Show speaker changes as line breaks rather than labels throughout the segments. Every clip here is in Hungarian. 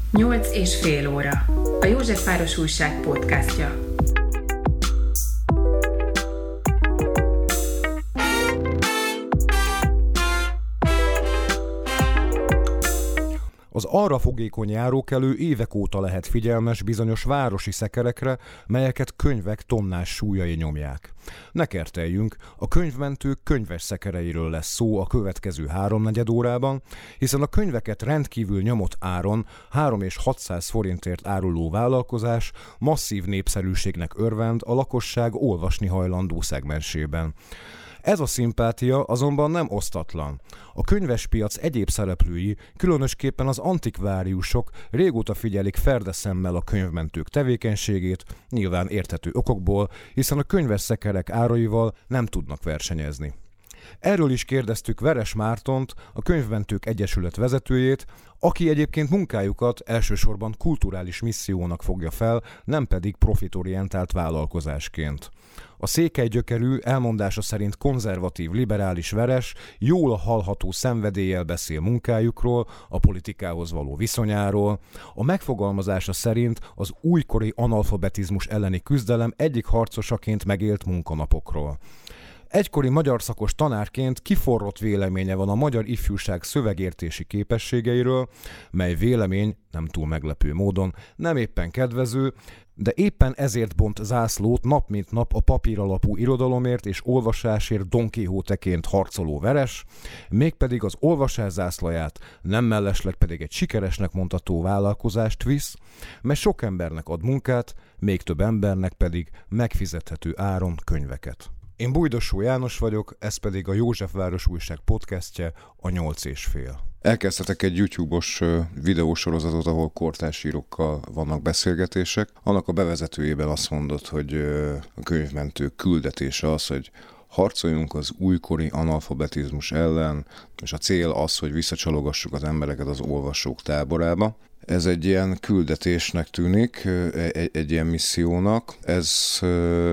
8,5 óra. A Józsefváros Újság podcastja.
Az arra fogékony járókelő évek óta lehet figyelmes bizonyos városi szekerekre, melyeket könyvek tonnás súlyai nyomják. Ne kerteljünk, a könyvmentők könyves szekereiről lesz szó a következő 3/4 órában, hiszen a könyveket rendkívül nyomott áron 3 és 600 forintért áruló vállalkozás masszív népszerűségnek örvend a lakosság olvasni hajlandó szegmensében. Ez a szimpátia azonban nem osztatlan. A könyvespiac egyéb szereplői, különösképpen az antikváriusok régóta figyelik ferdeszemmel a könyvmentők tevékenységét, nyilván érthető okokból, hiszen a könyves szekerek áraival nem tudnak versenyezni. Erről is kérdeztük Veres Mártont, a Könyvmentők Egyesület vezetőjét, aki egyébként munkájukat elsősorban kulturális missziónak fogja fel, nem pedig profitorientált vállalkozásként. A székelygyökerű, elmondása szerint konzervatív, liberális Veres jól hallható szenvedéllyel beszél munkájukról, a politikához való viszonyáról. A megfogalmazása szerint az újkori analfabetizmus elleni küzdelem egyik harcosaként megélt munkanapokról. Egykori magyar szakos tanárként kiforrott véleménye van a magyar ifjúság szövegértési képességeiről, mely vélemény, nem túl meglepő módon, nem éppen kedvező, de éppen ezért bont zászlót nap mint nap a papíralapú irodalomért és olvasásért Don Quixote-ként harcoló Veres, mégpedig az olvasás zászlaját, nem mellesleg pedig egy sikeresnek mondható vállalkozást visz, mely sok embernek ad munkát, még több embernek pedig megfizethető áron könyveket. Én Bújdosó János vagyok, ez pedig a Józsefváros Újság podcastje, a 8,5.
Elkezdhetek egy YouTube-os videósorozatot, ahol kortárs írókkal vannak beszélgetések. Annak a bevezetőjében azt mondod, hogy a könyvmentők küldetése az, hogy harcoljunk az újkori analfabetizmus ellen, és a cél az, hogy visszacsalogassuk az embereket az olvasók táborába. Ez egy ilyen küldetésnek tűnik, egy ilyen missziónak. Ez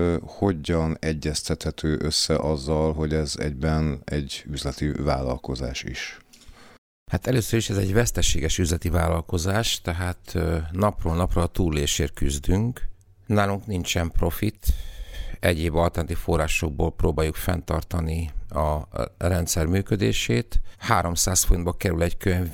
hogyan egyeztethető össze azzal, hogy ez egyben egy üzleti vállalkozás is?
Hát először is ez egy veszteséges üzleti vállalkozás, tehát napról napra a túlélésért küzdünk. Nálunk nincsen profit, egyéb alternatív forrásokból próbáljuk fenntartani a rendszer működését. 300 forintba kerül egy könyv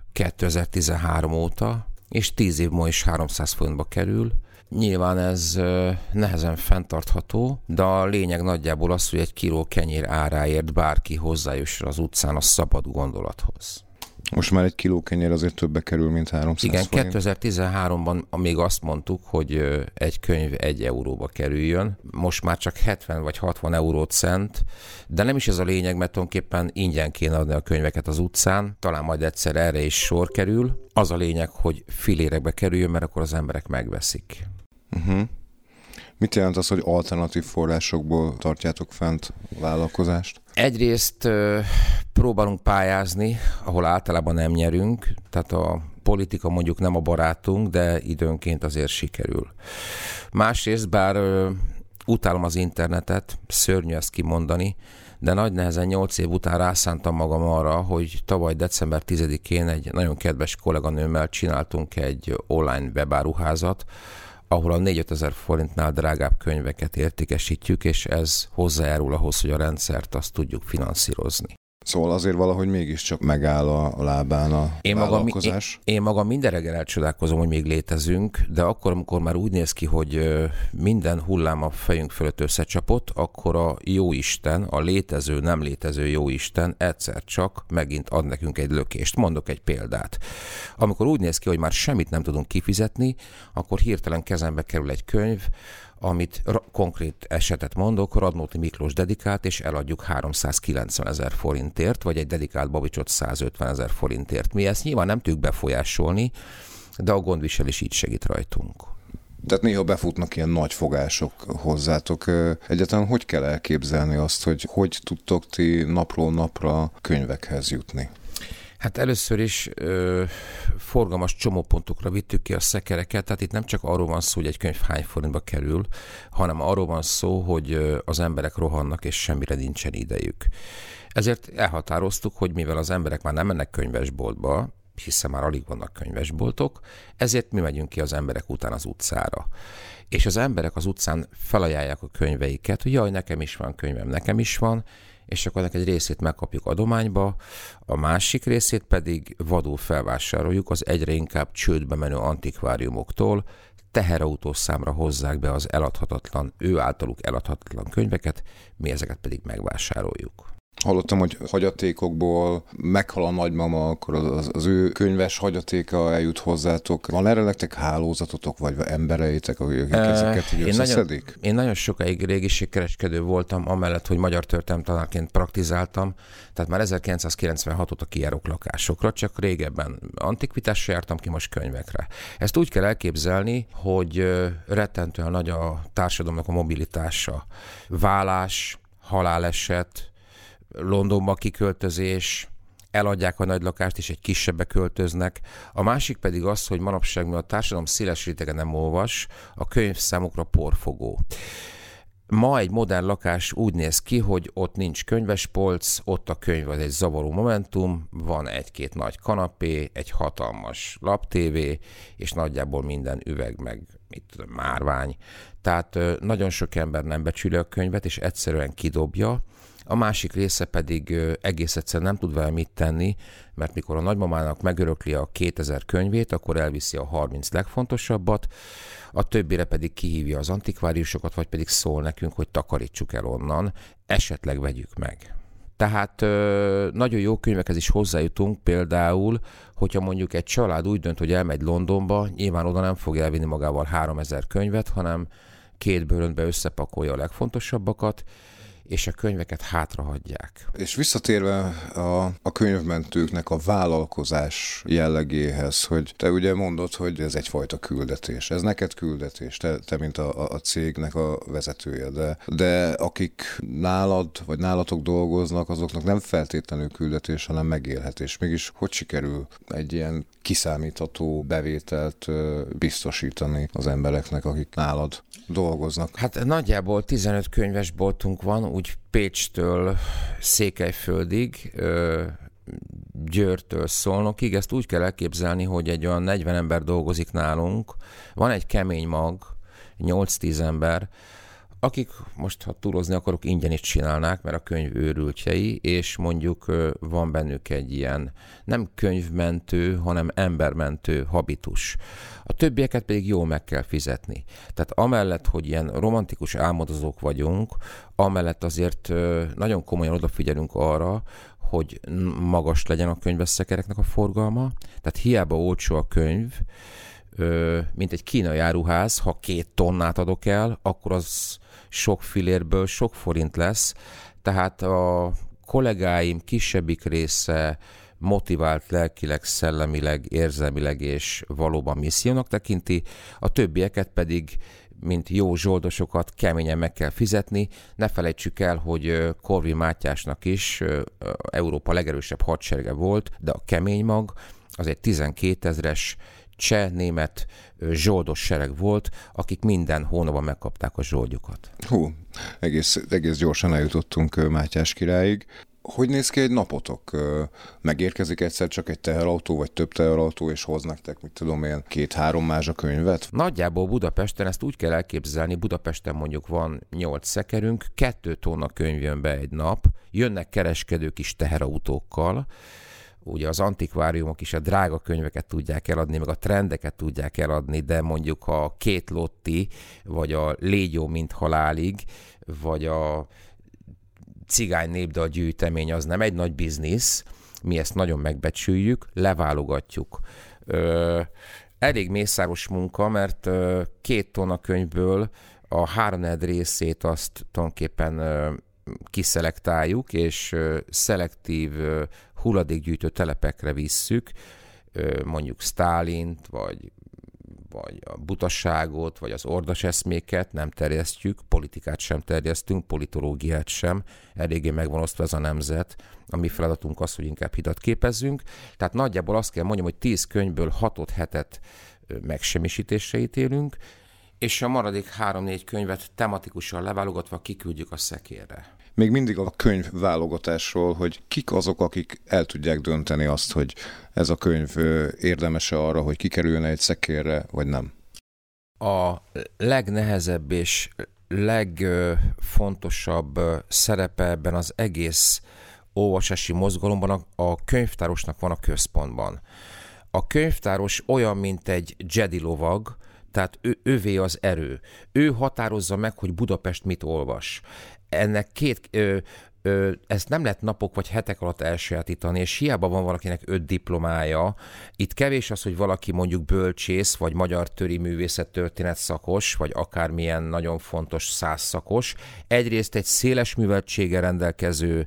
2013 óta, és 10 év múlva is 300 forintba kerül. Nyilván ez nehezen fenntartható, de a lényeg nagyjából az, hogy egy kiló kenyér áráért bárki hozzájusson az utcán a szabad gondolathoz.
Most már egy kiló kenyér azért többe kerül, mint 300
Igen,
forint.
2013-ban még azt mondtuk, hogy egy könyv 1 euróba kerüljön. Most már csak 70 vagy 60 eurócent, de nem is ez a lényeg, mert tulajdonképpen ingyen kéne adni a könyveket az utcán. Talán majd egyszer erre is sor kerül. Az a lényeg, hogy filérekbe kerüljön, mert akkor az emberek megveszik.
Mit jelent az, hogy alternatív forrásokból tartjátok fent a vállalkozást?
Egyrészt próbálunk pályázni, ahol általában nem nyerünk, tehát a politika mondjuk nem a barátunk, de időnként azért sikerül. Másrészt, bár utálom az internetet, szörnyű ezt kimondani, de nagy nehezen 8 év után rászántam magam arra, hogy tavaly december 10-én egy nagyon kedves kolléganőmmel csináltunk egy online webáruházat, ahol a 4-5 ezer forintnál drágább könyveket értékesítjük, és ez hozzájárul ahhoz, hogy a rendszert azt tudjuk finanszírozni.
Szóval azért valahogy mégiscsak megáll a lábán a vállalkozás.
Én magam minden reggel elcsodálkozom, hogy még létezünk, de akkor, amikor már úgy néz ki, hogy minden hullám a fejünk fölött összecsapott, akkor a jóisten, a létező, nem létező jóisten egyszer csak megint ad nekünk egy lökést. Mondok egy példát. Amikor úgy néz ki, hogy már semmit nem tudunk kifizetni, akkor hirtelen kezembe kerül egy könyv, amit konkrét esetet mondok, Radnóti Miklós dedikált, és eladjuk 390 000 forintért, vagy egy dedikált Babicsot 150 000 forintért. Mi ezt nyilván nem tudjuk befolyásolni, de a gondviselés így segít rajtunk.
Tehát néha befutnak ilyen nagy fogások hozzátok. Egyáltalán hogy kell elképzelni azt, hogy tudtok ti napról napra könyvekhez jutni?
Hát először is forgalmas csomópontokra vittük ki a szekereket, tehát itt nem csak arról van szó, hogy egy könyv hány forintba kerül, hanem arról van szó, hogy az emberek rohannak, és semmire nincsen idejük. Ezért elhatároztuk, hogy mivel az emberek már nem mennek könyvesboltba, hiszen már alig vannak könyvesboltok, ezért mi megyünk ki az emberek után az utcára. És az emberek az utcán felajánlják a könyveiket, hogy jaj, nekem is van könyvem, nekem is van, és akkor ennek egy részét megkapjuk adományba, a másik részét pedig vadul felvásároljuk az egyre inkább csődbe menő antikváriumoktól, teherautós számra hozzák be az eladhatatlan, ő általuk eladhatatlan könyveket, mi ezeket pedig megvásároljuk.
Hallottam, hogy hagyatékokból meghal a nagymama, akkor az ő könyves hagyatéka eljut hozzátok. Van erre nektek hálózatotok, vagy embereitek, akik ezeket így összeszedik?
Én nagyon sokáig régiségkereskedő voltam, amellett, hogy magyar történelemtanárként praktizáltam, tehát már 1996 óta kijárok lakásokra, csak régebben antikvitásra jártam ki, most könyvekre. Ezt úgy kell elképzelni, hogy rettentően nagy a társadalomnak a mobilitása. Válás, haláleset, Londonba kiköltözés, eladják a nagy lakást, és egy kisebbe költöznek. A másik pedig az, hogy manapság, mivel a társadalom széles rétege nem olvas, a könyv számukra porfogó. Ma egy modern lakás úgy néz ki, hogy ott nincs könyvespolc, ott a könyv az egy zavaró momentum, van egy-két nagy kanapé, egy hatalmas laptévé, és nagyjából minden üveg meg, márvány. Tehát nagyon sok ember nem becsüli a könyvet, és egyszerűen kidobja. A másik része pedig egész egyszerűen nem tud vele mit tenni, mert mikor a nagymamának megörökli a 2000 könyvét, akkor elviszi a 30 legfontosabbat, a többire pedig kihívja az antikváriusokat, vagy pedig szól nekünk, hogy takarítsuk el onnan, esetleg vegyük meg. Tehát nagyon jó könyvekhez is hozzájutunk, például, hogyha mondjuk egy család úgy dönt, hogy elmegy Londonba, nyilván oda nem fog elvinni magával 3000 könyvet, hanem 2 bőröntbe összepakolja a legfontosabbakat, és a könyveket hátrahagyják.
És visszatérve a könyvmentőknek a vállalkozás jellegéhez, hogy te ugye mondod, hogy ez egyfajta küldetés. Ez neked küldetés, te mint a cégnek a vezetője, de akik nálad vagy nálatok dolgoznak, azoknak nem feltétlenül küldetés, hanem megélhetés. Mégis hogy sikerül egy ilyen kiszámítható bevételt biztosítani az embereknek, akik nálad dolgoznak?
Hát nagyjából 15 könyvesboltunk van, úgy Pécstől Székelyföldig, Győrtől Szolnokig. Ezt úgy kell elképzelni, hogy egy olyan 40 ember dolgozik nálunk. Van egy kemény mag, 8-10 ember, akik most, ha túlozni akarok, ingyen is csinálnák, mert a könyv őrültjei, és mondjuk van bennük egy ilyen nem könyvmentő, hanem embermentő habitus. A többieket pedig jól meg kell fizetni. Tehát amellett, hogy ilyen romantikus álmodozók vagyunk, amellett azért nagyon komolyan odafigyelünk arra, hogy magas legyen a könyvesszekereknek a forgalma. Tehát hiába olcsó a könyv, mint egy kínai áruház, ha 2 tonnát adok el, akkor az sok filérből sok forint lesz. Tehát a kollégáim kisebbik része motivált lelkileg, szellemileg, érzelmileg és valóban missziónak tekinti, a többieket pedig, mint jó zsoldosokat keményen meg kell fizetni. Ne felejtsük el, hogy Korvin Mátyásnak is Európa legerősebb hadserege volt, de a kemény mag az egy 12 000-es cseh-német zsoldos sereg volt, akik minden hónapban megkapták a zsoldjukat.
Egész gyorsan eljutottunk Mátyás királyig. Hogy néz ki egy napotok? Megérkezik egyszer csak egy teherautó, vagy több teherautó, és hoz nektek, mit tudom én, 2-3 mázsa könyvet?
Nagyjából Budapesten ezt úgy kell elképzelni, Budapesten mondjuk van 8 szekerünk, 2 tonna könyv jön be egy nap, jönnek kereskedők is teherautókkal, ugye az antikváriumok is a drága könyveket tudják eladni, meg a trendeket tudják eladni, de mondjuk a 2 lotti, vagy a Légyó mint halálig, vagy a cigány népdal gyűjtemény az nem egy nagy biznisz, mi ezt nagyon megbecsüljük, leválogatjuk. Elég mészáros munka, mert 2 tonna könyvből a 3/4 részét azt tulajdonképpen kiszelektáljuk, és szelektív hulladékgyűjtő telepekre visszük, mondjuk Sztálint, vagy a butaságot, vagy az ordas eszméket nem terjesztjük, politikát sem terjesztünk, politológiát sem, eléggé megvan osztva ez a nemzet. A mi feladatunk az, hogy inkább hidat képezzünk. Tehát nagyjából azt kell mondjam, hogy 10 könyvből 6-7 megsemmisítésre ítélünk, és a maradék 3-4 könyvet tematikusan leválogatva kiküldjük a szekérre.
még mindig a könyvválogatásról, hogy kik azok, akik el tudják dönteni azt, hogy ez a könyv érdemes-e arra, hogy kikerülne egy szekérre, vagy nem?
A legnehezebb és legfontosabb szerepe ebben az egész olvasási mozgalomban a könyvtárosnak van a központban. A könyvtáros olyan, mint egy Jedi lovag, tehát ővé az erő. Ő határozza meg, hogy Budapest mit olvas. Ennek ezt nem lehet napok vagy hetek alatt elsajátítani, és hiába van valakinek 5 diplomája. Itt kevés az, hogy valaki mondjuk bölcsész, vagy magyar töri művészettörténet szakos, vagy akármilyen nagyon fontos szakos. Egyrészt egy széles műveltséggel rendelkező,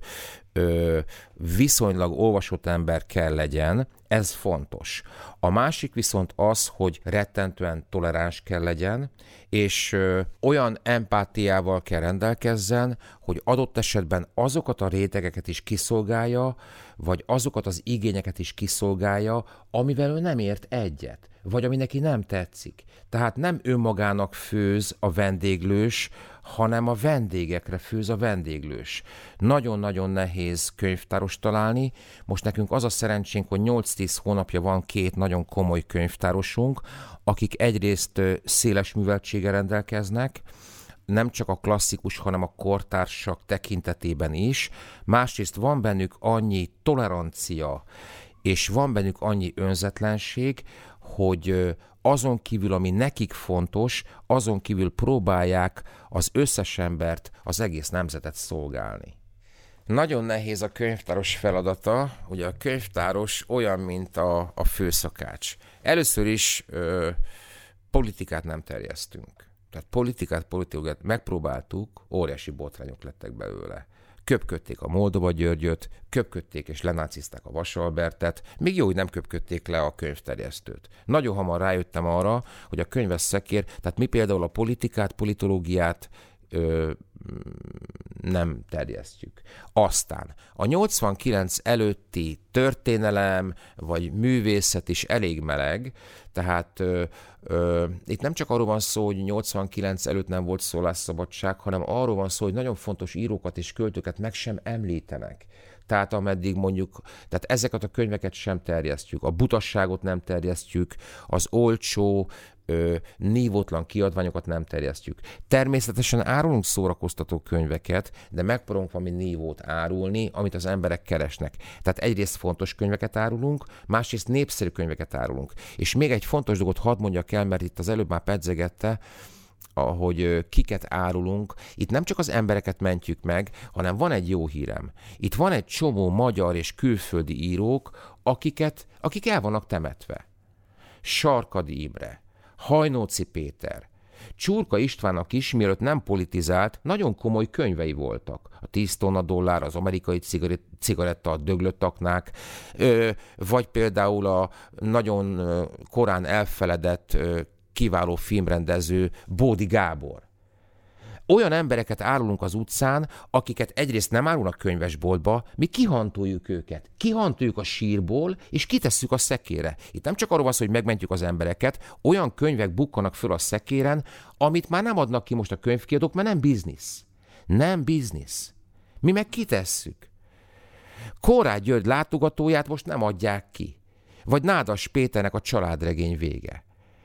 viszonylag olvasott ember kell legyen, ez fontos. A másik viszont az, hogy rettentően toleráns kell legyen, és olyan empátiával kell rendelkezzen, hogy adott esetben azokat a rétegeket is kiszolgálja, vagy azokat az igényeket is kiszolgálja, amivel ő nem ért egyet, vagy ami neki nem tetszik. Tehát nem önmagának főz a vendéglős, hanem a vendégekre főz a vendéglős. Nagyon-nagyon nehéz könyvtáros találni. Most nekünk az a szerencsénk, hogy 8-10 hónapja van 2 nagyon komoly könyvtárosunk, akik egyrészt széles műveltséggel rendelkeznek, nem csak a klasszikus, hanem a kortársak tekintetében is. Másrészt van bennük annyi tolerancia, és van bennük annyi önzetlenség, hogy azon kívül, ami nekik fontos, azon kívül próbálják az összes embert, az egész nemzetet szolgálni. Nagyon nehéz a könyvtáros feladata, ugye a könyvtáros olyan, mint a főszakács. Először is politikát nem terjesztünk. Tehát politikát megpróbáltuk, óriási botrányok lettek belőle. Köpködték a Moldova Györgyöt, köpködték és lenácizták a Vasalbertet, még jó, hogy nem köpködték le a könyvterjesztőt. Nagyon hamar rájöttem arra, hogy a könyves szekér, tehát mi például a politikát, politológiát nem terjesztjük. Aztán a 89 előtti történelem vagy művészet is elég meleg, tehát itt nem csak arról van szó, hogy 89 előtt nem volt szólásszabadság, hanem arról van szó, hogy nagyon fontos írókat és költőket meg sem említenek. Tehát ameddig mondjuk, tehát ezeket a könyveket sem terjesztjük, a butasságot nem terjesztjük, az olcsó, nívótlan kiadványokat nem terjesztjük. Természetesen árulunk szórakoztató könyveket, de megpróbálunk valami nívót árulni, amit az emberek keresnek. Tehát egyrészt fontos könyveket árulunk, másrészt népszerű könyveket árulunk. És még egy fontos dolgot hadd mondjak el, mert itt az előbb már pedzegette, ahogy kiket árulunk. Itt nem csak az embereket mentjük meg, hanem van egy jó hírem. Itt van egy csomó magyar és külföldi írók, akik el vannak temetve. Sarkady Imre, Hajnóci Péter, Csurka Istvánnak is, mielőtt nem politizált, nagyon komoly könyvei voltak. A 10 tonna dollár, az amerikai cigaretta, a döglött aknák, vagy például a nagyon korán elfeledett kiváló filmrendező Bódi Gábor. Olyan embereket árulunk az utcán, akiket egyrészt nem árulnak könyvesboltba, mi kihantoljuk őket. Kihantoljuk a sírból, és kitesszük a szekére. Itt nem csak arról van szó, hogy megmentjük az embereket, olyan könyvek bukkanak föl a szekéren, amit már nem adnak ki most a könyvkiadók, mert nem biznisz. Nem biznisz. Mi meg kitesszük. Kóráth György látogatóját most nem adják ki. Vagy Nádas Péternek a Családregény vége.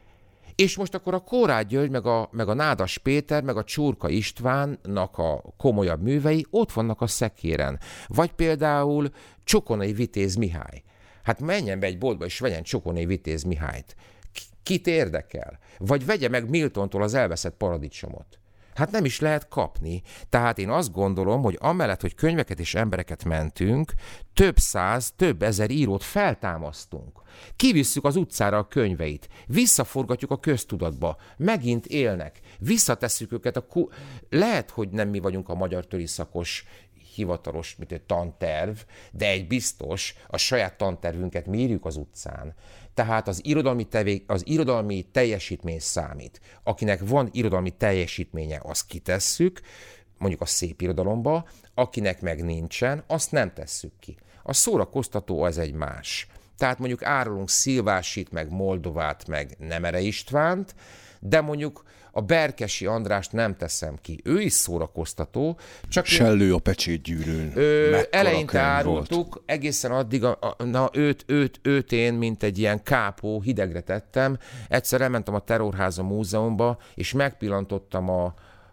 És most akkor a Kóráth György, meg a Nádas Péter, meg a Csurka Istvánnak a komolyabb művei ott vannak a szekéren. Vagy például Csokonai Vitéz Mihály. Hát menjen be egy boltba és vegyen Csokonai Vitéz Mihályt. Kit érdekel? Vagy vegye meg Miltontól az Elveszett paradicsomot. Hát nem is lehet kapni. Tehát én azt gondolom, hogy amellett, hogy könyveket és embereket mentünk, több száz, több ezer írót feltámasztunk. Kivisszük az utcára a könyveit, visszaforgatjuk a köztudatba, megint élnek, visszatesszük őket lehet, hogy nem mi vagyunk a magyar töriszakos hivatalos, mint egy tanterv, de egy biztos, a saját tantervünket mérjük az utcán. Tehát az irodalmi teljesítmény számít. Akinek van irodalmi teljesítménye, azt kitesszük, mondjuk a szép irodalomba, akinek meg nincsen, azt nem tesszük ki. A szórakoztató az egy más. Tehát mondjuk árulunk Szilvásit, meg Moldovát, meg Nemere Istvánt, de mondjuk a Berkesi Andrást nem teszem ki. Ő is szórakoztató. Csak
Sellő a pecsétgyűrűn.
Eleinte árultuk, egészen addig őt én, mint egy ilyen kápó hidegre tettem. Egyszer elmentem a Terrorháza Múzeumba, és megpillantottam a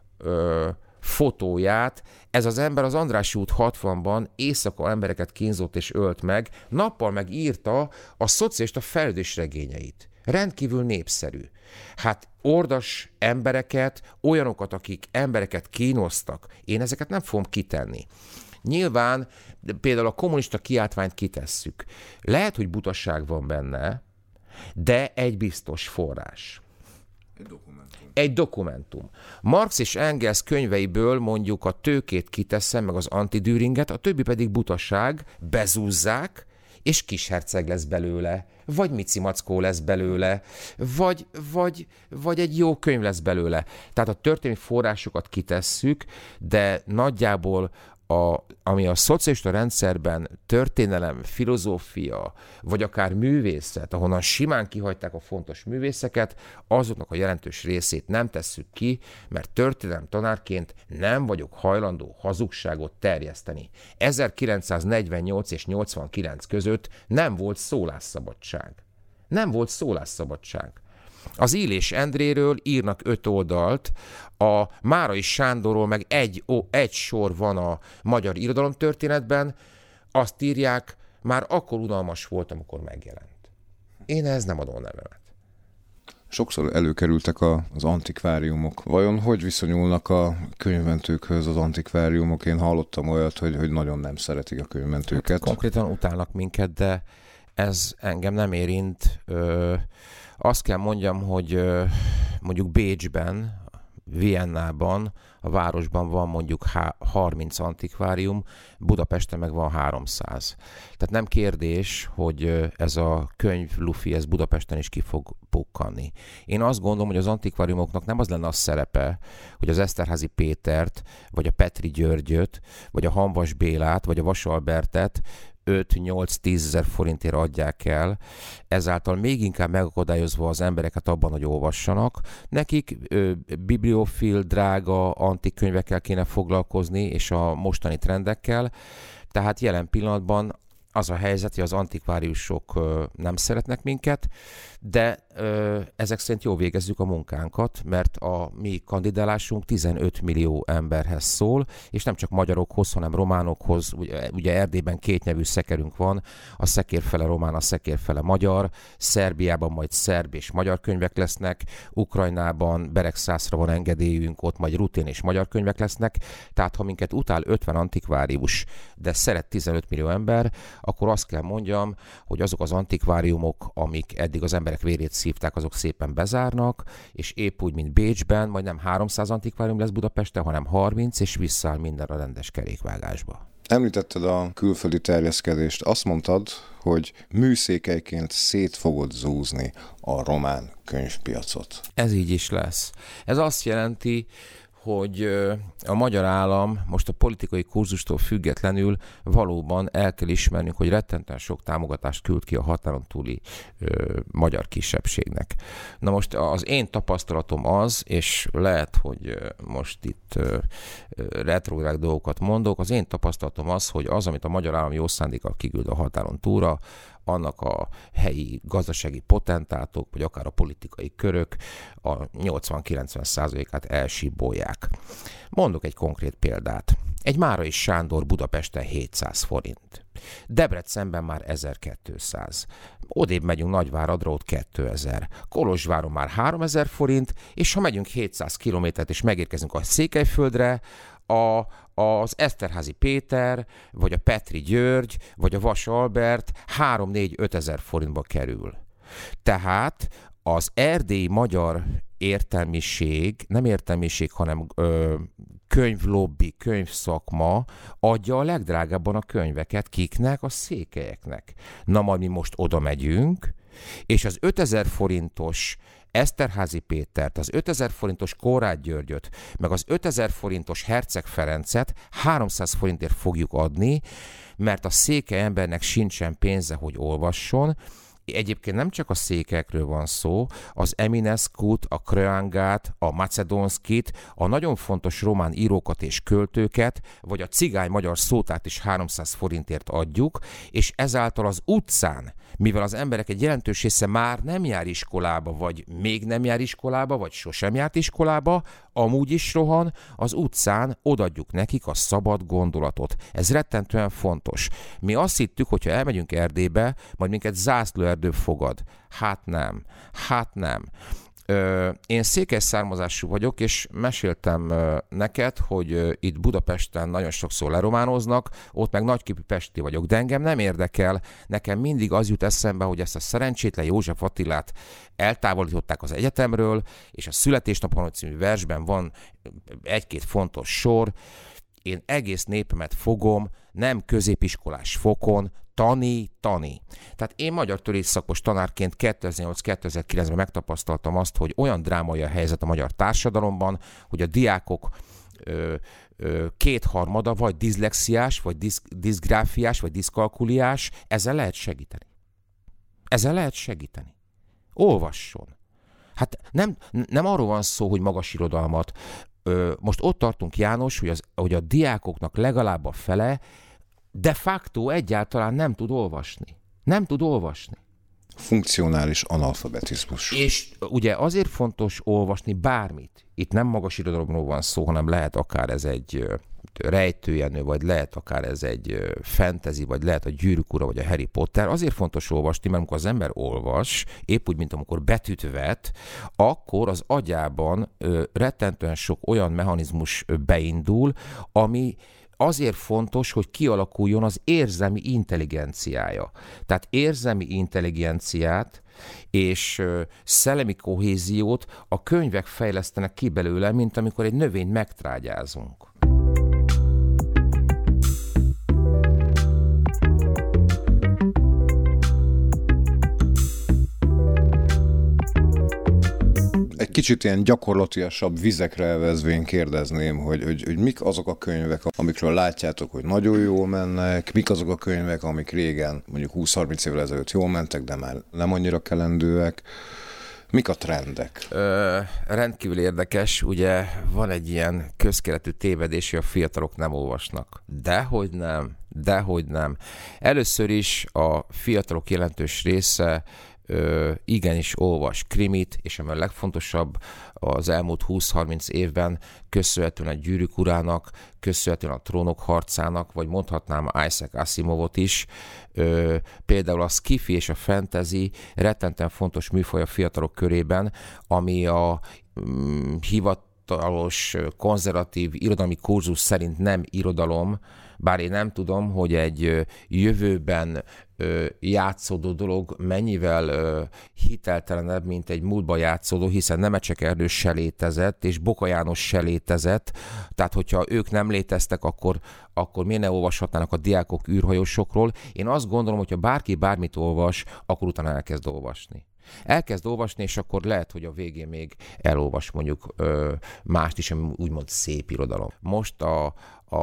fotóját. Ez az ember az Andrássy út 60-ban éjszaka embereket kínzott és ölt meg, nappal megírta a szocialista fejlődés regényeit. Rendkívül népszerű. Hát ordas embereket, olyanokat, akik embereket kínoztak, én ezeket nem fogom kitenni. Nyilván például a kommunista kiáltványt kitesszük. Lehet, hogy butaság van benne, de egy biztos forrás. Egy dokumentum. Marx és Engels könyveiből mondjuk a Tőkét kiteszem, meg az Antidüringet, a többi pedig butaság, bezúzzák, és kisherceg lesz belőle, vagy Mici Mackó lesz belőle, vagy egy jó könyv lesz belőle. Tehát a történelmi forrásokat kitesszük, de nagyjából ami a szocialista rendszerben történelem, filozófia, vagy akár művészet, ahonnan simán kihagyták a fontos művészeket, azoknak a jelentős részét nem tesszük ki, mert történelem tanárként nem vagyok hajlandó hazugságot terjeszteni. 1948 és 89 között nem volt szólásszabadság. Nem volt szólásszabadság. Az Illés Endréről írnak 5 oldalt, a Márai Sándorról meg egy sor van a magyar irodalomtörténetben, azt írják, már akkor unalmas volt, amikor megjelent. Én ehhez nem adom nevemet.
Sokszor előkerültek az antikváriumok. Vajon hogy viszonyulnak a könyvmentőkhöz az antikváriumok? Én hallottam olyat, hogy nagyon nem szeretik a könyvmentőket.
Hát konkrétan utálnak minket, de ez engem nem érint. Azt kell mondjam, hogy mondjuk Bécsben, Viennában, a városban van mondjuk 30 antikvárium, Budapesten meg van 300. Tehát nem kérdés, hogy ez a könyv lufi, ez Budapesten is ki fog pukkanni. Én azt gondolom, hogy az antikváriumoknak nem az lenne a szerepe, hogy az Eszterházy Pétert, vagy a Petri Györgyöt, vagy a Hamvas Bélát, vagy a Vas Albertet 5-8-10 ezer forintért adják el, ezáltal még inkább megakadályozva az embereket abban, hogy olvassanak. Nekik bibliofil, drága antikkönyvekkel kéne foglalkozni, és a mostani trendekkel. Tehát jelen pillanatban az a helyzet, hogy az antikváriusok nem szeretnek minket, de ezek szerint jól végezzük a munkánkat, mert a mi kandidálásunk 15 millió emberhez szól, és nem csak magyarokhoz, hanem románokhoz. Ugye Erdélyben 2 nyelvű szekerünk van, a szekérfele román, a szekérfele magyar, Szerbiában majd szerb és magyar könyvek lesznek, Ukrajnában Beregszászra van engedélyünk, ott majd rutin és magyar könyvek lesznek, tehát ha minket utál 50 antikvárius, de szeret 15 millió ember, akkor azt kell mondjam, hogy azok az antikváriumok, amik eddig az emberek vérét szívták, azok szépen bezárnak, és épp úgy, mint Bécsben, majd nem 300 antikvárium lesz Budapesten, hanem 30, és visszaáll minden a rendes kerékvágásba.
Említetted a külföldi terjeszkedést. Azt mondtad, hogy műszékelyként szét fogod zúzni a román könyvpiacot.
Ez így is lesz. Ez azt jelenti, hogy a magyar állam most a politikai kurzustól függetlenül valóban el kell ismernünk, hogy rettentően sok támogatást küld ki a határon túli magyar kisebbségnek. Na most az én tapasztalatom az, és lehet, hogy most itt retrográd dolgokat mondok, az én tapasztalatom az, hogy az, amit a magyar állam jó szándékkal kiküld a határon túlra, annak a helyi gazdasági potentátok, vagy akár a politikai körök a 80-90%-át elsíbolják. Mondok egy konkrét példát. Egy Márai Sándor Budapesten 700 forint. Debrecenben már 1200. Odébb megyünk Nagyváradra, ott 2000. Kolozsváron már 3000 forint, és ha megyünk 700 kilométert és megérkezünk a Székelyföldre, az Eszterházy Péter, vagy a Petri György, vagy a Vas Albert 3-4-5 ezer forintba kerül. Tehát az erdélyi magyar értelmiség, nem értelmiség, hanem könyvlobbi, könyvszakma adja a legdrágábban a könyveket. Kiknek? A székelyeknek. Na majd mi most oda megyünk, és az 5000 forintos Eszterházy Pétert, az 5000 forintos Konrád Györgyöt, meg az 5000 forintos Herceg Ferencet 300 forintért fogjuk adni, mert a székely embernek sincsen pénze, hogy olvasson, Egyébként nem csak a székekről van szó, az Eminescu-t, a Creangát, a Macedonskit, a nagyon fontos román írókat és költőket, vagy a cigány magyar szótárt is 300 forintért adjuk, és ezáltal az utcán, mivel az emberek egy jelentős része már nem jár iskolába, vagy még nem jár iskolába, vagy sosem járt iskolába, amúgy is rohan, az utcán odaadjuk nekik a szabad gondolatot. Ez rettentően fontos. Mi azt hittük, hogyha elmegyünk Erdélybe, majd minket zászlóerdő fogad. Hát nem. Én székely származású vagyok, és meséltem neked, hogy itt Budapesten nagyon sokszor lerománoznak, ott meg nagyképű pesti vagyok, de engem nem érdekel, nekem mindig az jut eszembe, hogy ezt a szerencsétlen József Attilát eltávolították az egyetemről, és a Születésnapon című versben van egy-két fontos sor, én egész népemet fogom, nem középiskolás fokon, tani. Tehát én magyar törés szakos tanárként 2008-2009-ben megtapasztaltam azt, hogy olyan drámai a helyzet a magyar társadalomban, hogy a diákok kétharmada vagy diszlexiás, vagy diszgráfiás, vagy diszkalkuliás, ezzel lehet segíteni. Olvasson. Hát nem arról van szó, hogy magas irodalmat. Most ott tartunk, János, hogy a diákoknak legalább a fele de facto egyáltalán nem tud olvasni.
Funkcionális analfabetizmus.
És ugye azért fontos olvasni bármit. Itt nem magas irodalomról van szó, hanem lehet akár ez egy rejtőjenő, vagy lehet akár ez egy fantasy, vagy lehet a Gyűrűk ura, vagy a Harry Potter. Azért fontos olvasni, mert amikor az ember olvas, épp úgy, mint amikor betűt vet, akkor az agyában rettentően sok olyan mechanizmus beindul, ami azért fontos, hogy kialakuljon az érzelmi intelligenciája. Tehát érzelmi intelligenciát és szellemi kohéziót a könyvek fejlesztenek ki belőle, mint amikor egy növényt megtrágyázunk.
Egy kicsit ilyen gyakorlatiasabb vizekre elvezvén kérdezném, hogy mik azok a könyvek, amikről látjátok, hogy nagyon jól mennek, mik azok a könyvek, amik régen, mondjuk 20-30 évvel ezelőtt jól mentek, de már nem annyira kelendőek. Mik a trendek?
Rendkívül érdekes, ugye van egy ilyen közkeletű tévedés, hogy a fiatalok nem olvasnak. Dehogy nem. Először is a fiatalok jelentős része igenis olvas krimit, és ami a legfontosabb az elmúlt 20-30 évben köszönhetően a Gyűrűk urának, köszönhetően a Trónok harcának, vagy mondhatnám Isaac Asimovot is, például a sci-fi és a fantasy rettentően fontos műfaj a fiatalok körében, ami a hivatalos, konzervatív irodalmi kurzus szerint nem irodalom, bár én nem tudom, hogy egy jövőben játszódó dolog mennyivel hiteltelenebb, mint egy múltba játszódó, hiszen Nemecsek Erdő se létezett, és Boka János se létezett, tehát hogyha ők nem léteztek, akkor miért ne olvashatnának a diákok űrhajósokról? Én azt gondolom, hogyha bárki bármit olvas, akkor utána elkezd olvasni, és akkor lehet, hogy a végén még elolvas mondjuk mást is, ami úgymond szép irodalom. Most a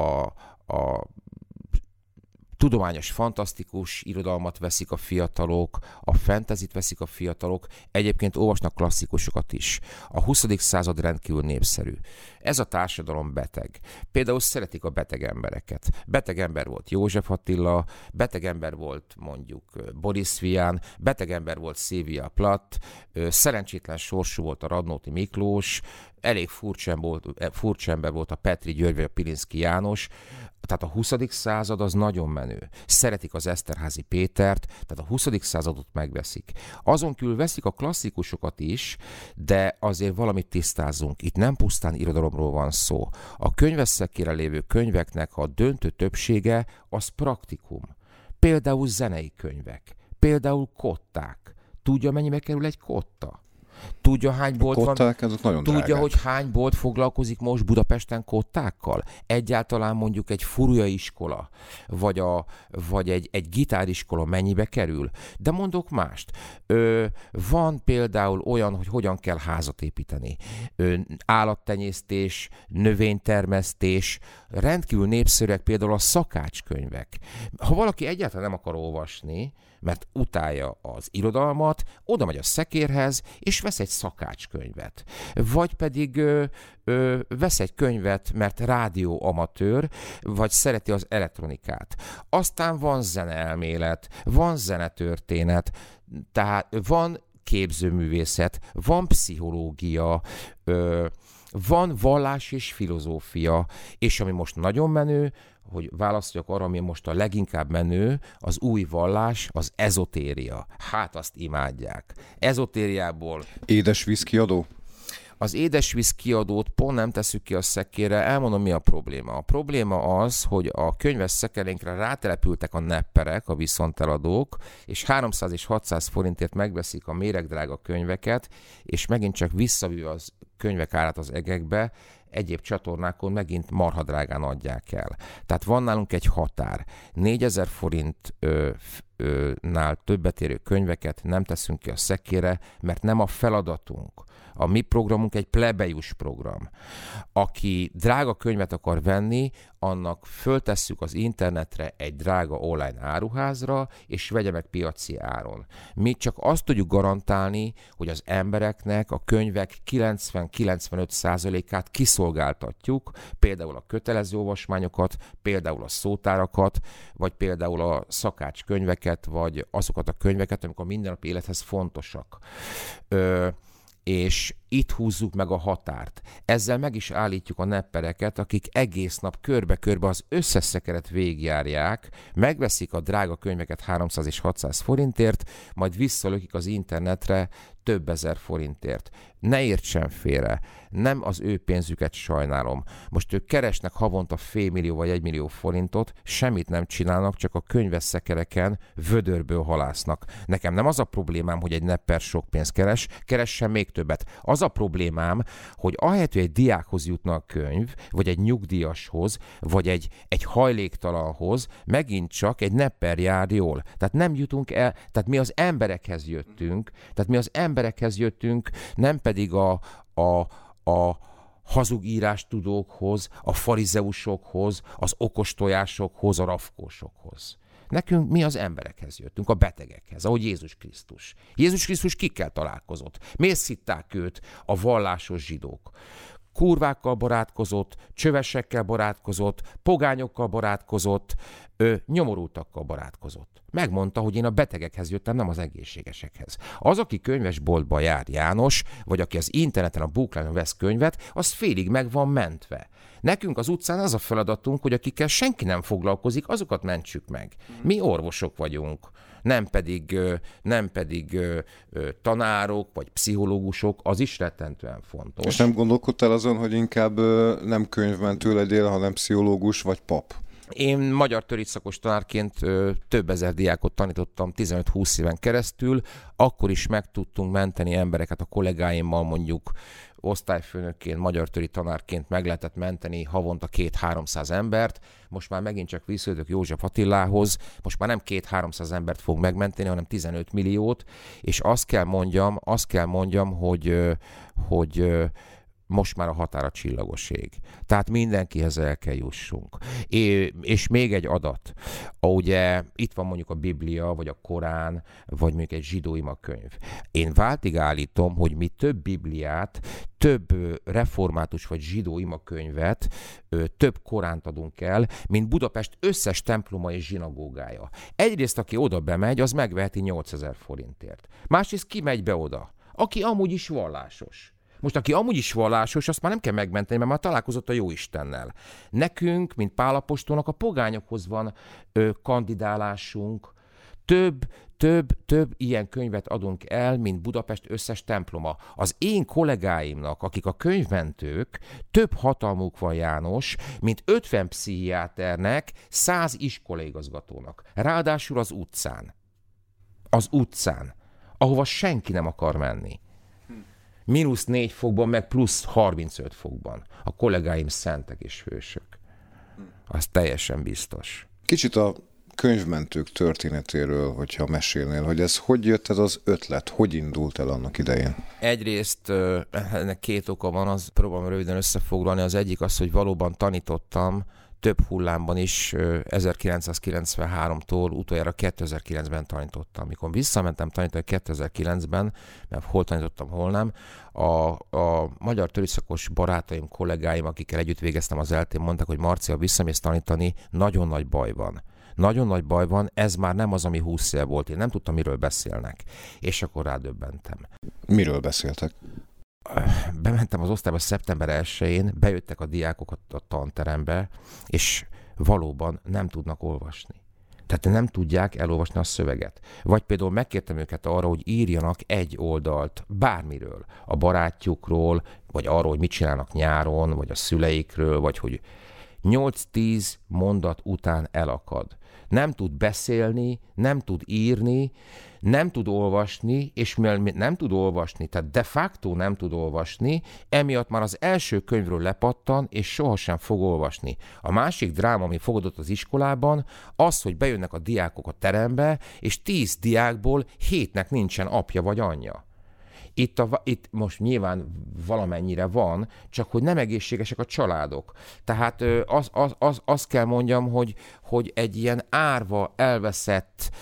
tudományos, fantasztikus irodalmat veszik a fiatalok, a fantasyt veszik a fiatalok, egyébként olvasnak klasszikusokat is. A 20. század rendkívül népszerű. Ez a társadalom beteg. Például szeretik a beteg embereket. Beteg ember volt József Attila, beteg ember volt mondjuk Boris Vian, beteg ember volt Sylvia Plath, szerencsétlen sorsú volt a Radnóti Miklós, elég furcsa ember volt a Petri György vagy a Pilinszky János, tehát a 20. század az nagyon menő. Szeretik az Eszterházy Pétert, tehát a 20. századot megveszik. Azon kívül veszik a klasszikusokat is, de azért valamit tisztázzunk. Itt nem pusztán irodalomról van szó. A könyvesszekére lévő könyveknek a döntő többsége az praktikum. Például zenei könyvek, például kották. Tudja, mennyibe kerül egy kotta? Tudja, hány bolt van? Tudja, hogy hány bolt foglalkozik most Budapesten kottákkal? Egyáltalán mondjuk egy furúja iskola, vagy egy gitáriskola mennyibe kerül? De mondok mást. Van például olyan, hogy hogyan kell házat építeni. Állattenyésztés, növénytermesztés, rendkívül népszerűek például a szakácskönyvek. Ha valaki egyáltalán nem akar olvasni, mert utálja az irodalmat, oda megy a szekérhez, és vesz egy szakácskönyvet. Vagy pedig vesz egy könyvet, mert rádióamatőr, vagy szereti az elektronikát. Aztán van zeneelmélet, van zenetörténet, tehát van képzőművészet, van pszichológia, van vallás és filozófia, és ami most nagyon menő, hogy választjak arra, ami most a leginkább menő, az új vallás, az ezotéria. Hát azt imádják. Ezotériából...
Édesvíz kiadó?
Az édesvíz kiadót pont nem tesszük ki a szekére, elmondom, mi a probléma. A probléma az, hogy a könyves szekerénkre rátelepültek a nepperek, a viszonteladók, és 300 és 600 forintért megveszik a méregdrága könyveket, és megint csak visszavíve az könyvek árát az egekbe, egyéb csatornákon megint marhadrágán adják el. Tehát van nálunk egy határ. 4000 forintnál többet érő könyveket nem teszünk ki a szekére, mert nem a feladatunk. A mi programunk egy plebejus program. Aki drága könyvet akar venni, annak föltesszük az internetre egy drága online áruházra, és vegye meg piaci áron. Mi csak azt tudjuk garantálni, hogy az embereknek a könyvek 90-95%-át kiszolgáltatjuk, például a kötelező olvasmányokat, például a szótárakat, vagy például a szakácskönyveket, vagy azokat a könyveket, amik a mindennapi élethez fontosak. És itt húzzuk meg a határt. Ezzel meg is állítjuk a neppereket, akik egész nap körbe-körbe az összes szekeret végigjárják, megveszik a drága könyveket 300 és 600 forintért, majd visszalökik az internetre több ezer forintért. Ne értsen félre, nem az ő pénzüket sajnálom. Most ők keresnek havonta $500 000 vagy $1 millió forintot, semmit nem csinálnak, csak a könyves szekereken vödörből halásznak. Nekem nem az a problémám, hogy egy nepper sok pénzt keressen még többet. Az a problémám, hogy ahelyett, hogy egy diákhoz jutna a könyv, vagy egy nyugdíjashoz, vagy egy hajléktalanhoz, megint csak egy nepper jár jól. Tehát nem jutunk el, tehát mi az emberekhez jöttünk, nem pedig a hazug írástudókhoz, a farizeusokhoz, az okostojásokhoz, a rafkósokhoz. Nekünk mi az emberekhez jöttünk, a betegekhez, ahogy Jézus Krisztus. Jézus Krisztus kikkel találkozott? Miért szitták őt a vallásos zsidók? Kurvákkal barátkozott, csövesekkel barátkozott, pogányokkal barátkozott, nyomorultakkal barátkozott. Megmondta, hogy én a betegekhez jöttem, nem az egészségesekhez. Az, aki könyvesboltba jár, János, vagy aki az interneten, a búklányon vesz könyvet, az félig meg van mentve. Nekünk az utcán az a feladatunk, hogy akikkel senki nem foglalkozik, azokat mentsük meg. Mi orvosok vagyunk, nem pedig tanárok, vagy pszichológusok, az is rettentően fontos.
És nem gondolkodtál azon, hogy inkább nem könyvmentő legyél, hanem pszichológus vagy pap?
Én magyar törésszakos tanárként több ezer diákot tanítottam 15-20 éven keresztül, akkor is meg tudtunk menteni embereket a kollégáimmal, mondjuk osztályfőnökként, magyar töri tanárként meg lehetett menteni havonta 200-300 embert, most már megint csak visszajöttök József Attilához, most már nem 200-300 embert fog megmenteni, hanem 15 milliót, és azt kell mondjam, hogy most már a határ a csillagoség. Tehát mindenkihez el kell jussunk. És még egy adat. Ugye itt van mondjuk a Biblia, vagy a Korán, vagy mondjuk egy zsidó imakönyv. Én váltig állítom, hogy mi több Bibliát, több református vagy zsidó imakönyvet, több Koránt adunk el, mint Budapest összes temploma és zsinagógája. Egyrészt, aki oda bemegy, az megveheti 8000 forintért. Másrészt ki megy be oda? Aki amúgy is vallásos. Most aki amúgy is vallásos, azt már nem kell megmenteni, mert már találkozott a Jóistennel. Nekünk, mint Pál apostolnak, a pogányokhoz van kandidálásunk. Több ilyen könyvet adunk el, mint Budapest összes temploma. Az én kollégáimnak, akik a könyvmentők, több hatalmuk van, János, mint 50 pszichiáternek, 100 iskolaigazgatónak. Ráadásul az utcán. Az utcán, ahova senki nem akar menni. -4 fokban, meg plusz 35 fokban. A kollégáim szentek és hősök. Az teljesen biztos.
Kicsit a könyvmentők történetéről, hogyha mesélnél, hogy ez hogy jött ez az ötlet, hogy indult el annak idején?
Egyrészt ennek két oka van, az próbálom röviden összefoglalni. Az egyik az, hogy valóban tanítottam több hullámban is 1993-tól utoljára 2009-ben tanítottam. Amikor visszamentem tanítani 2009-ben, mert hol tanítottam, hol nem, a magyar törőszakos barátaim, kollégáim, akikkel együtt végeztem az eltén, mondták, hogy Marci, ha visszamész tanítani, nagyon nagy baj van. Nagyon nagy baj van, ez már nem az, ami 20 év volt. Én nem tudtam, miről beszélnek. És akkor rádöbbentem.
Miről beszéltek?
Bementem az osztályba szeptember 1-én, bejöttek a diákok a tanterembe, és valóban nem tudnak olvasni. Tehát nem tudják elolvasni a szöveget. Vagy például megkértem őket arra, hogy írjanak egy oldalt bármiről. A barátjukról, vagy arról, hogy mit csinálnak nyáron, vagy a szüleikről, vagy hogy 8-10 mondat után elakad. Nem tud beszélni, nem tud írni, nem tud olvasni, és mivel nem tud olvasni, tehát de facto nem tud olvasni, emiatt már az első könyvről lepattan, és sohasem fog olvasni. A másik dráma, ami fogadott az iskolában, az, hogy bejönnek a diákok a és 10 diákból 7-nek nincsen apja vagy anyja. Itt most nyilván valamennyire van, csak hogy nem egészségesek a családok. Tehát azt kell mondjam, hogy egy ilyen árva, elveszett,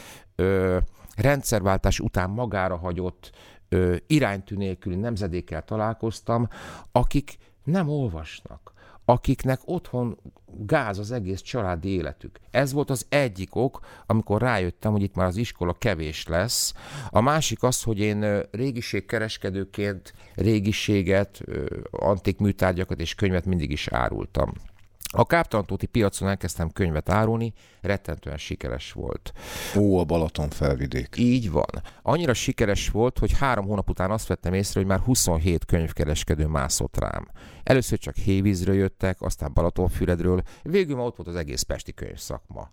rendszerváltás után magára hagyott, iránytű nélküli nemzedékkel találkoztam, akik nem olvasnak, akiknek otthon gáz az egész családi életük. Ez volt az egyik ok, amikor rájöttem, hogy itt már az iskola kevés lesz. A másik az, hogy én régiségkereskedőként régiséget, antik műtárgyakat és könyvet mindig is árultam. A káptalantóti piacon elkezdtem könyvet árulni, rettentően sikeres volt.
Ó, a Balaton felvidék.
Így van. Annyira sikeres volt, hogy 3 hónap után azt vettem észre, hogy már 27 könyvkereskedő mászott rám. Először csak Hévízről jöttek, aztán Balatonfüredről, végül már ott volt az egész pesti könyvszakma.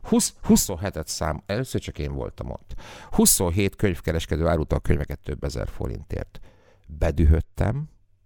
27-et szám, először csak én voltam ott. 27 könyvkereskedő árulta a könyveket több ezer forintért. Bedühödtem,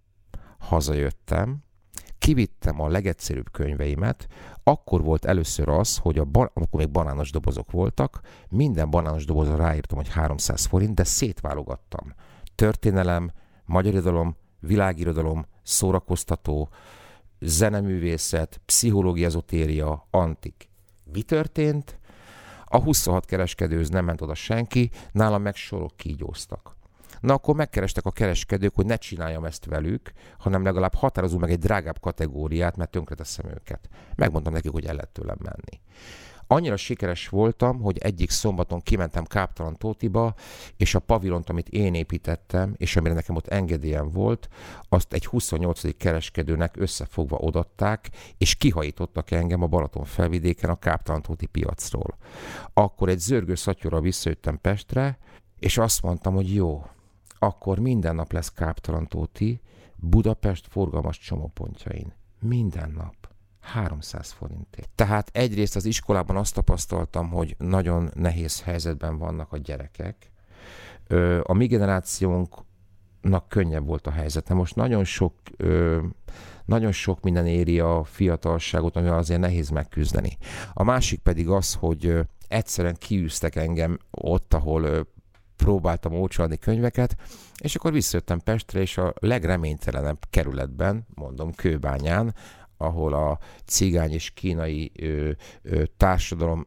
hazajöttem, kivittem a legegyszerűbb könyveimet, akkor volt először az, hogy amikor még banános dobozok voltak, minden banános dobozra ráírtam, hogy 300 forint, de szétválogattam. Történelem, magyar irodalom, világirodalom, szórakoztató, zeneművészet, pszichológia, ezotéria, antik. Mi történt? A 26 kereskedőhöz nem ment oda senki, nálam meg sorok kígyóztak. Na akkor megkerestek a kereskedők, hogy ne csináljam ezt velük, hanem legalább határozunk meg egy drágább kategóriát, mert tönkreteszem őket. Megmondtam nekik, hogy el lehet tőlem menni. Annyira sikeres voltam, hogy egyik szombaton kimentem Káptalantótiba, és a pavilont, amit én építettem, és amire nekem ott engedélyem volt, azt egy 28. kereskedőnek összefogva odatták, és kihajítottak engem a Balaton felvidéken a Káptalantóti piacról. Akkor egy zörgő szatyorral visszajöttem Pestre, és azt mondtam, hogy jó, akkor minden nap lesz Káptalantóti Budapest forgalmas csomópontjain. Minden nap. 300 forintért. Tehát egyrészt az iskolában azt tapasztaltam, hogy nagyon nehéz helyzetben vannak a gyerekek. A mi generációnknak könnyebb volt a helyzete. Most nagyon sok minden éri a fiatalságot, amivel azért nehéz megküzdeni. A másik pedig az, hogy egyszerűen kiűztek engem ott, ahol próbáltam ócsolni könyveket, és akkor visszajöttem Pestre, és a legreménytelenebb kerületben, mondom Kőbányán, ahol a cigány és kínai társadalom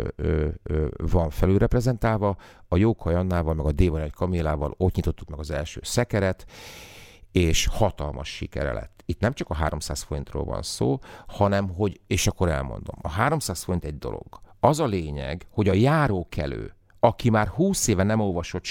van felülreprezentálva, a Jókai Annával, meg a Dévai Kamillával ott nyitottuk meg az első szekeret, és hatalmas sikere lett. Itt nem csak a 300 forintról van szó, hanem hogy, és akkor elmondom, a 300 forint egy dolog. Az a lényeg, hogy a járókelő, aki már 20 éve nem olvasott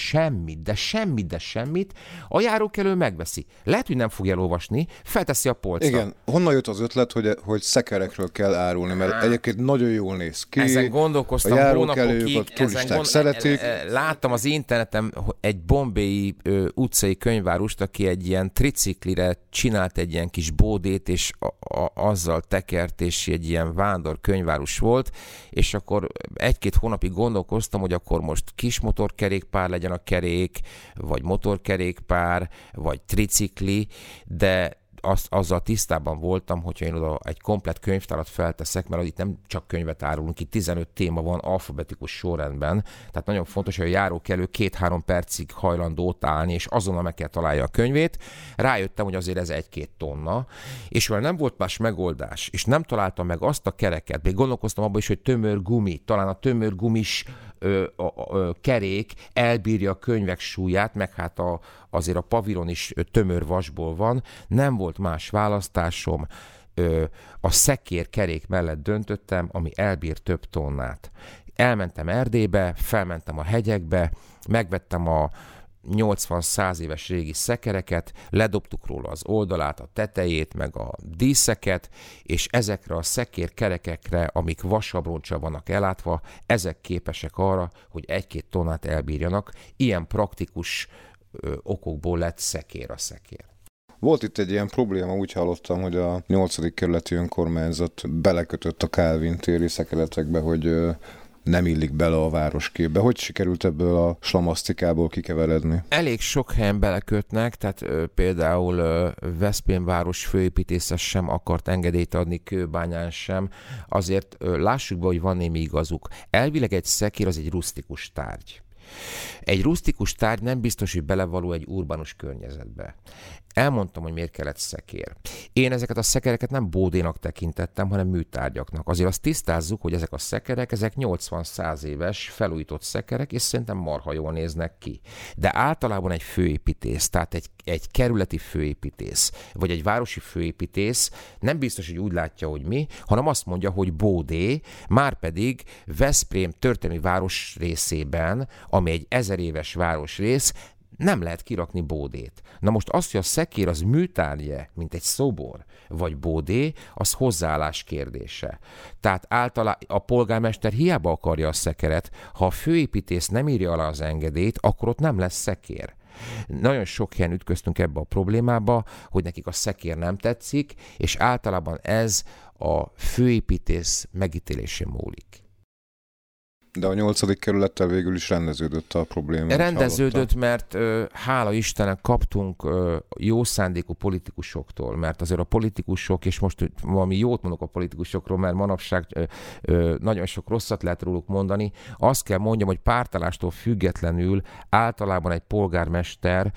semmit, a járókelő megveszi. Lehet, hogy nem fogja elolvasni, felteszi a polcra.
Igen, honnan jött az ötlet, hogy szekerekről kell árulni, mert egyébként nagyon jól néz ki.
Ezen gondolkoztam hónapokig.
A turisták szeretik.
Láttam az interneten egy bombéi utcai könyvárust, aki egy ilyen triciklire csinált egy ilyen kis bódét, és azzal tekert, és egy ilyen vándor könyvárus volt, és akkor 1-2 hónapig gondolkoztam, hogy akkor most kis motorkerékpár legyen a kerék, vagy motorkerékpár, vagy tricikli, de azzal tisztában voltam, hogyha én oda egy komplett könyvtárat felteszek, mert itt nem csak könyvet árulunk, itt 15 téma van alfabetikus sorrendben, tehát nagyon fontos, hogy a járókelő 2-3 percig hajlandó ott állni, és azonnal meg kell találja a könyvét. Rájöttem, hogy azért ez 1-2 tonna, és mivel nem volt más megoldás, és nem találtam meg azt a kereket, még gondolkoztam abban is, hogy tömör gumi, talán a tömör gumis kerék elbírja a könyvek súlyát, meg hát azért a pavilon is tömör vasból van, nem volt más választásom, a szekér kerék mellett döntöttem, ami elbír több tonnát. Elmentem Erdélybe, felmentem a hegyekbe, megvettem a 80-100 éves régi szekereket, ledobtuk róla az oldalát, a tetejét, meg a díszeket, és ezekre a szekérkerekekre, amik vasabroncsal vannak ellátva, ezek képesek arra, hogy 1-2 tonnát elbírjanak. Ilyen praktikus okokból lett szekér a szekér.
Volt itt egy ilyen probléma, úgy hallottam, hogy a 8. kerületi önkormányzat belekötött a Kálvin téri szekeretekbe, hogy nem illik bele a városképbe. Hogy sikerült ebből a slamasztikából kikeveredni?
Elég sok helyen belekötnek, tehát például Veszprém város főépítésze sem akart engedélyt adni, Kőbányán sem. Azért lássuk be, hogy van némi igazuk. Elvileg egy szekér az egy rusztikus tárgy. Egy rusztikus tárgy nem biztos, hogy belevaló egy urbánus környezetbe. Elmondtam, hogy miért kellett szekér. Én ezeket a szekereket nem bódénak tekintettem, hanem műtárgyaknak. Azért azt tisztázzuk, hogy ezek a szekerek, ezek 80-100 éves felújított szekerek, és szerintem marha jól néznek ki. De általában egy főépítész, tehát egy kerületi főépítész, vagy egy városi főépítész nem biztos, hogy úgy látja, hogy mi, hanem azt mondja, hogy bódé, márpedig Veszprém történelmi városrészében, ami egy 1000 éves városrész, nem lehet kirakni bódét. Na most azt, hogy a szekér az műtárgye, mint egy szobor, vagy bódé, az hozzáállás kérdése. Tehát általában a polgármester hiába akarja a szekeret, ha a főépítész nem írja alá az engedélyt, akkor ott nem lesz szekér. Nagyon sok helyen ütköztünk ebbe a problémába, hogy nekik a szekér nem tetszik, és általában ez a főépítész megítélésén múlik.
De a 8. kerülettel végül is rendeződött a probléma.
Rendeződött, mert hála Istennek kaptunk jó szándékú politikusoktól, mert azért a politikusok, és most valami jót mondok a politikusokról, mert manapság nagyon sok rosszat lehet róluk mondani, azt kell mondjam, hogy pártállástól függetlenül általában egy polgármester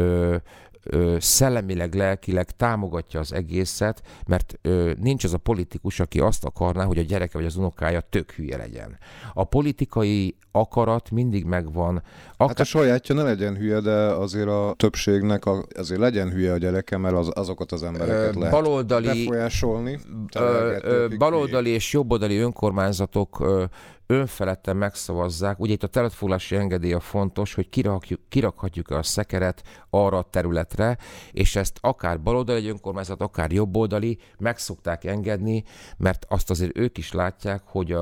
szellemileg, lelkileg támogatja az egészet, mert nincs az a politikus, aki azt akarná, hogy a gyereke vagy az unokája tök hülye legyen. A politikai akarat mindig megvan.
Hát a sajátja ne legyen hülye, de azért a többségnek azért legyen hülye a gyereke, mert azokat az embereket lehet befolyásolni.
Baloldali és jobboldali önkormányzatok önfeledten megszavazzák. Ugye itt a területfoglalási engedély a fontos, hogy kirakhatjuk a szekeret arra a területre, és ezt akár baloldali önkormányzat, akár jobboldali meg szokták engedni, mert azt azért ők is látják, hogy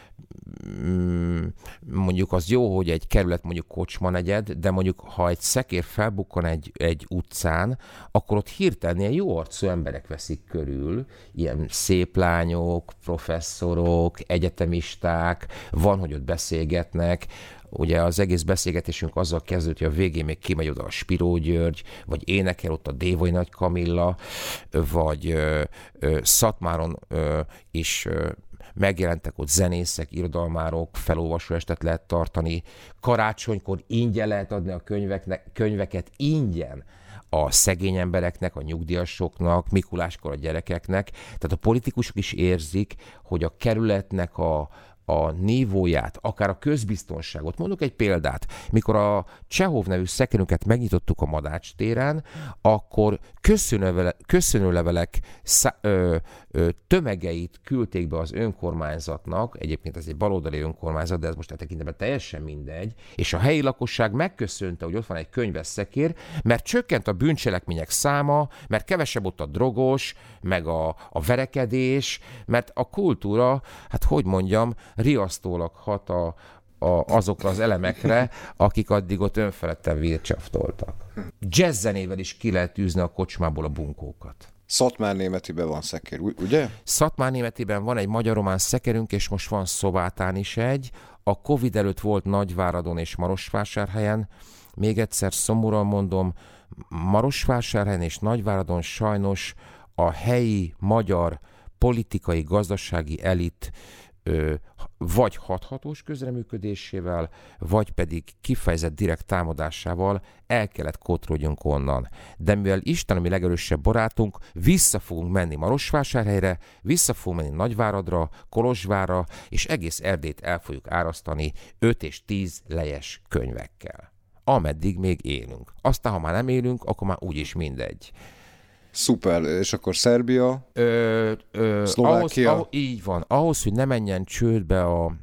mondjuk az jó, hogy egy kerület mondjuk kocsmanegyed, de mondjuk ha egy szekér felbukkan egy utcán, akkor ott hirtelen ilyen jó arcú emberek veszik körül, ilyen szép lányok, professzorok, egyetemisták, van, hogy ott beszélgetnek. Ugye az egész beszélgetésünk azzal kezdődött, hogy a végén még kimegy oda a Spiró György, vagy énekel ott a Dévai Nagy Kamilla, vagy Szatmáron is megjelentek ott zenészek, irodalmárok, felolvasóestet lehet tartani, karácsonykor ingyen lehet adni a könyveket ingyen a szegény embereknek, a nyugdíjasoknak, Mikuláskor a gyerekeknek. Tehát a politikusok is érzik, hogy a kerületnek a nívóját, akár a közbiztonságot. Mondok egy példát. Mikor a Csehov nevű szekerünket megnyitottuk a Madács téren, akkor köszönőlevelek tömegeit küldték be az önkormányzatnak, egyébként ez egy baloldali önkormányzat, de ez most tekintetben teljesen mindegy, és a helyi lakosság megköszönte, hogy ott van egy könyves szekér, mert csökkent a bűncselekmények száma, mert kevesebb ott a drogos, meg a verekedés, mert a kultúra, hát hogy mondjam, riasztólag hat azokra az elemekre, akik addig ott önfeledten vircsaftoltak. Jazzzenével is ki lehet űzni a kocsmából a bunkókat.
Szatmárnémetiben van szekér, ugye?
Szatmárnémetiben van egy magyar-román szekerünk, és most van Szobátán is egy. A Covid előtt volt Nagyváradon és Marosvásárhelyen. Még egyszer szomorúan mondom, Marosvásárhelyen és Nagyváradon sajnos a helyi magyar politikai, gazdasági elit vagy hathatós közreműködésével, vagy pedig kifejezett direkt támadásával el kellett kotródjunk onnan. De mivel Isten a mi legerősebb barátunk, vissza fogunk menni Marosvásárhelyre, vissza fogunk menni Nagyváradra, Kolozsvárra, és egész Erdélyt el fogjuk árasztani 5 és 10 lejes könyvekkel. Ameddig még élünk. Aztán, ha már nem élünk, akkor már úgyis mindegy.
Szuper, és akkor Szerbia, Szlovákia?
Így van. Ahhoz, hogy ne menjen csődbe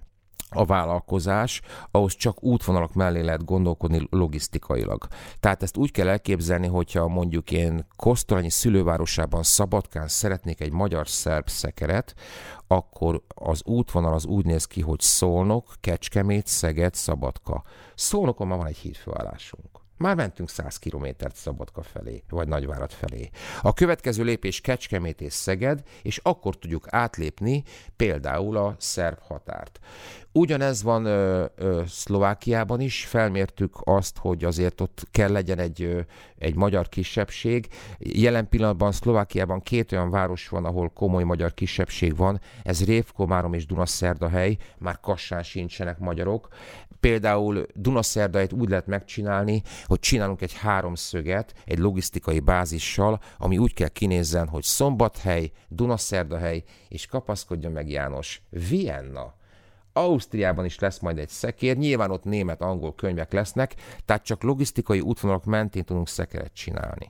a vállalkozás, ahhoz csak útvonalak mellé lehet gondolkodni logisztikailag. Tehát ezt úgy kell elképzelni, hogyha mondjuk én Kosztolányi szülővárosában, Szabadkán szeretnék egy magyar-szerb szekeret, akkor az útvonal az úgy néz ki, hogy Szolnok, Kecskemét, Szeged, Szabadka. Szolnokon már van egy hídfőállásunk. Már mentünk 100 kilométert Szabadka felé, vagy Nagyvárad felé. A következő lépés Kecskemét és Szeged, és akkor tudjuk átlépni például a szerb határt. Ugyanez van Szlovákiában is, felmértük azt, hogy azért ott kell legyen egy magyar kisebbség. Jelen pillanatban Szlovákiában 2 olyan város van, ahol komoly magyar kisebbség van, ez Révkomárom és Dunaszerdahely, már Kassán sincsenek magyarok. Például Dunaszerdahelyt úgy lehet megcsinálni, hogy csinálunk egy 3-szöget, egy logisztikai bázissal, ami úgy kell kinézzen, hogy Szombathely, Dunaszerdahely, és kapaszkodja meg János, Vienna. Ausztriában is lesz majd egy szekér, nyilván ott német-angol könyvek lesznek, tehát csak logisztikai útvonalak mentén tudunk szekeret csinálni.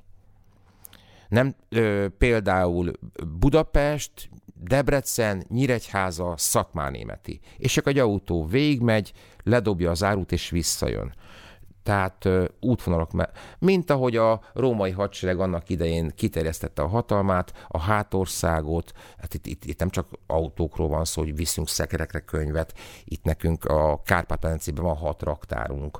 Nem, például Budapest, Debrecen, Nyíregyháza, Szatmárnémeti. És csak egy autó végigmegy, ledobja az árut és visszajön. Tehát útvonalak, mint ahogy a római hadsereg annak idején kiterjesztette a hatalmát, a hátországot, hát itt nem csak autókról van szó, hogy viszünk szekerekre könyvet, itt nekünk a Kárpát-medencében van 6 raktárunk,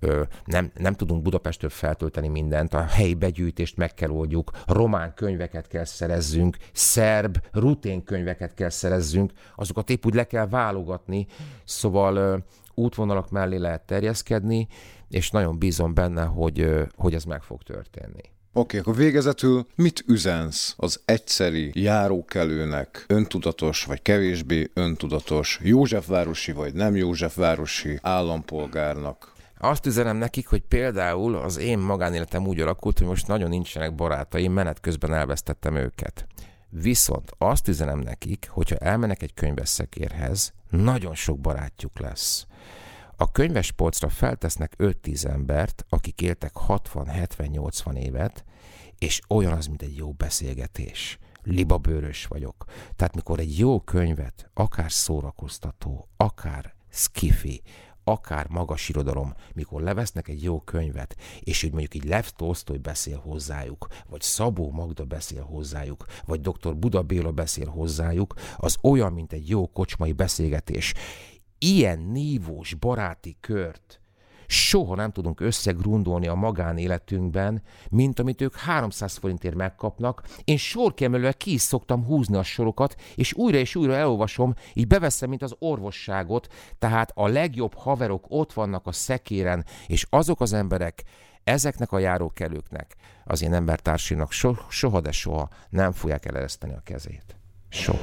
nem tudunk Budapestről feltölteni mindent, a helyi begyűjtést meg kell oldjuk, román könyveket kell szerezzünk, szerb, rutén könyveket kell szerezzünk, azokat épp úgy le kell válogatni, szóval útvonalak mellé lehet terjeszkedni, és nagyon bízom benne, hogy ez meg fog történni.
Oké, akkor végezetül mit üzensz az egyszeri járókelőnek, öntudatos vagy kevésbé öntudatos, józsefvárosi vagy nem józsefvárosi állampolgárnak?
Azt üzenem nekik, hogy például az én magánéletem úgy alakult, hogy most nagyon nincsenek barátaim, menet közben elvesztettem őket. Viszont azt üzenem nekik, hogyha elmennek egy könyveszekérhez, nagyon sok barátjuk lesz. A könyvespolcra feltesznek 5-10 embert, akik éltek 60-70-80 évet, és olyan az, mint egy jó beszélgetés. Libabőrös vagyok. Tehát mikor egy jó könyvet, akár szórakoztató, akár skifi, akár magas irodalom, mikor levesznek egy jó könyvet, és úgy mondjuk így Lev Tolsztoj beszél hozzájuk, vagy Szabó Magda beszél hozzájuk, vagy dr. Buda Béla beszél hozzájuk, az olyan, mint egy jó kocsmai beszélgetés. Ilyen nívós baráti kört soha nem tudunk összegrundolni a magánéletünkben, mint amit ők 300 forintért megkapnak. Én sorkiemelően ki is szoktam húzni a sorokat, és újra elolvasom, így beveszem, mint az orvosságot, tehát a legjobb haverok ott vannak a szekéren, és azok az emberek, ezeknek a járókelőknek, az én embertársinak soha, de soha nem fogják elereszteni a kezét. Soha.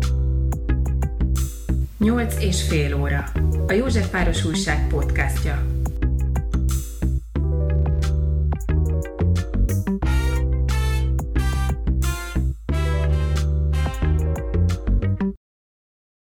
8,5 óra. A Józsefváros Újság podcastja.